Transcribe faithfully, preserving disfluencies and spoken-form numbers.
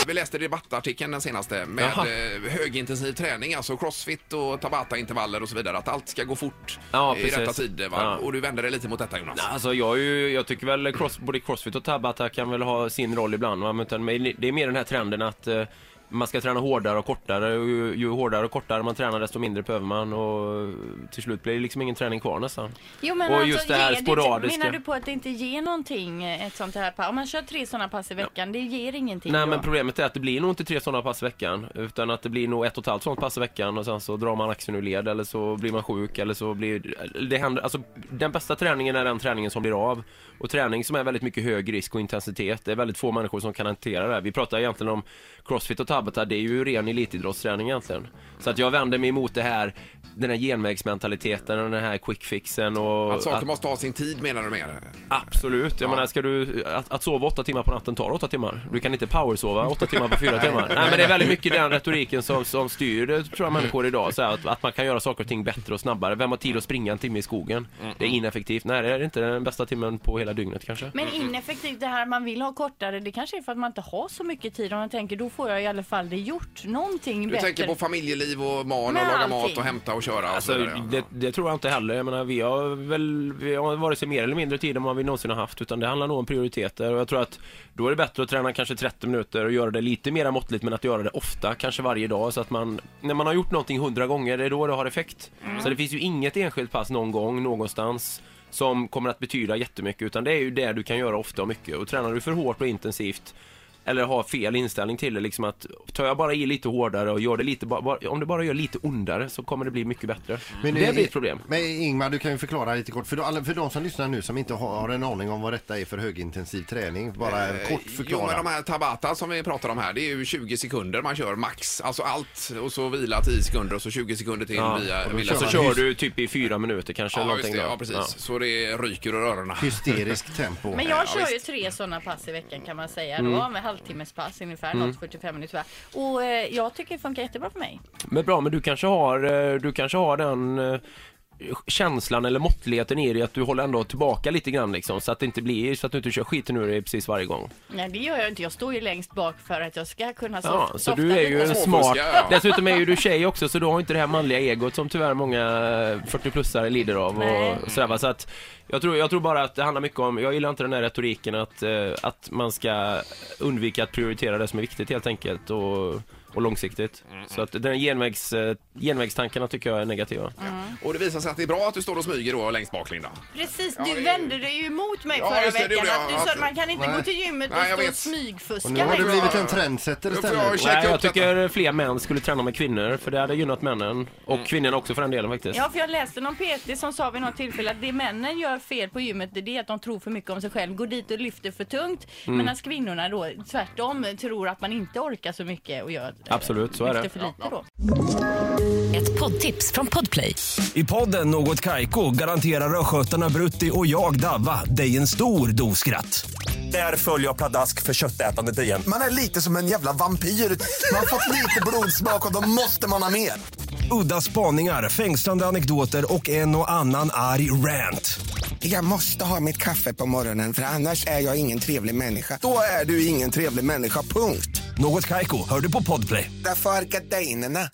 vi läste debattartikeln den senaste med Jaha. högintensiv träning, alltså crossfit och tabata-intervaller och så vidare, att allt ska gå fort ja, i rätta tider. Va? Ja. Och du vänder dig lite mot detta, Jonas. Alltså jag, är ju, jag tycker väl cross, både crossfit och tabata kan väl ha sin roll ibland. Va? Men det är mer den här trenden att man ska träna hårdare och kortare. Ju, ju hårdare och kortare man tränar, desto mindre behöver man. Och till slut blir det liksom ingen träning kvar nästan. Jo, men och alltså, just det här ger, sporadiska. Menar du på att det inte ger någonting, ett sånt här pass? Om man kör tre sådana pass i veckan, ja. det ger ingenting. Nej, då. Men problemet är att det blir nog inte tre sådana pass i veckan. Utan att det blir nog ett och ett halvt sådant pass i veckan. Och sen så drar man axeln ur led. Eller så blir man sjuk. Eller så blir det händer, alltså, den bästa träningen är den träningen som blir av. Och träning som är väldigt mycket hög risk och intensitet. Det är väldigt få människor som kan hantera det här. Vi pratar egentligen om crossfit och tabata. Det är ju ren elitidrottsträning egentligen. Så att jag vänder mig emot det här, den här genvägsmentaliteten och den här quickfixen och att saker att, måste ha sin tid, menar du mer? Absolut. Jag ja. menar, ska du att, att sova åtta timmar på natten tar åtta timmar. Du kan inte powersova åtta timmar på fyra timmar. Nej, men det är väldigt mycket den retoriken som, som styr, det tror jag, människor idag. Så att, att man kan göra saker och ting bättre och snabbare. Vem har tid att springa en timme i skogen? Det är ineffektivt. Nej, det är inte den bästa timmen på hela dygnet kanske. Men ineffektivt, det här man vill ha kortare, det kanske är för att man inte har så mycket tid. Om man tänker, då får jag i alla fall det gjort. Någonting du bättre. Du tänker på familjeliv och man och laga allting. Mat och hämta och köra. Alltså, och där, det, det tror jag inte heller. Jag menar, vi har väl vi har varit sig mer eller mindre tid än vad vi någonsin har haft, utan det handlar nog om prioriteter. Och jag tror att då är det bättre att träna kanske trettio minuter och göra det lite mer måttligt, men att göra det ofta, kanske varje dag, så att man, när man har gjort någonting hundra gånger, det är då det har effekt. Mm. Så det finns ju inget enskilt pass någon gång, någonstans, som kommer att betyda jättemycket, utan det är ju det du kan göra ofta och mycket. Och tränar du för hårt och intensivt eller har fel inställning till det, liksom att tar jag bara i lite hårdare och gör det lite, bara, om det bara gör lite ondare, så kommer det bli mycket bättre. Men det, det blir ett problem. Men Ingmar, du kan ju förklara lite kort för, alla, för de som lyssnar nu som inte har en aning om vad detta är för högintensiv träning, bara eh, kort förklara. Jo, men de här tabata som vi pratar om här, det är ju tjugo sekunder man kör max, alltså allt, och så vila tio sekunder och så tjugo sekunder till ja, via, och vila. Så kör du typ i fyra minuter kanske. Ja, eller just det, ja precis. Ja. Så det ryker ur öronen. Hysterisk tempo. Men jag kör ja, ju tre sådana pass i veckan, kan man säga. Mm. Då med halvtimmes pass ungefär, mm. något fyrtiofem minuter. Och eh, jag tycker det funkar jättebra för mig. Men bra, men du kanske har, du kanske har den eh, känslan eller måttligheten i det, att du håller ändå tillbaka lite grann liksom, så att det inte blir så att du inte kör skiten ur det precis varje gång. Nej, det gör jag inte. Jag står ju längst bak för att jag ska kunna softa. Ja, så du är ju en smart. Ja. Dessutom är ju du tjej också, så du har inte det här manliga egot som tyvärr många fyrtio-plussare lider av. Och sådär, så att jag tror, jag tror bara att det handlar mycket om, jag gillar inte den här retoriken att, att man ska undvika att prioritera det som är viktigt helt enkelt och, och långsiktigt. Mm. Så att den genvägs, genvägstankarna tycker jag är negativa. Mm. Och det visar sig att det är bra att du står och smyger då längst bak, Linda. Precis, du ja, det... vände dig ju emot mig ja, förra veckan. Det, att du sa att man kan inte nej. gå till gymmet och nej, stå och smygfuska. Och nu har det blivit en trendsetter istället. Jag, nej, jag tycker fler män skulle träna med kvinnor, för det hade gynnat männen. Och mm. kvinnorna också för den delen faktiskt. Ja, för jag läste någon P T som sa vid något tillfälle att det männen gör fel på gymmet, det är att de tror för mycket om sig själv. Går dit och lyfter för tungt. Mm. Medan kvinnorna då tvärtom tror att man inte orkar så mycket och gör absolut, så är det. För lite då. Ett poddtips från Podplay. I podden Något Kaiko garanterar röskötarna Brutti och jag Davva dig en stor doskratt. Där följer jag pladask för köttätandet igen. Man är lite som en jävla vampyr. Man har fått lite blodsmak och då måste man ha mer. Udda spaningar, fängslande anekdoter och en och annan arg rant. Jag måste ha mitt kaffe på morgonen, för annars är jag ingen trevlig människa. Då är du ingen trevlig människa, punkt. Något Kaiko, hör du på Podplay. Därför är gardinerna.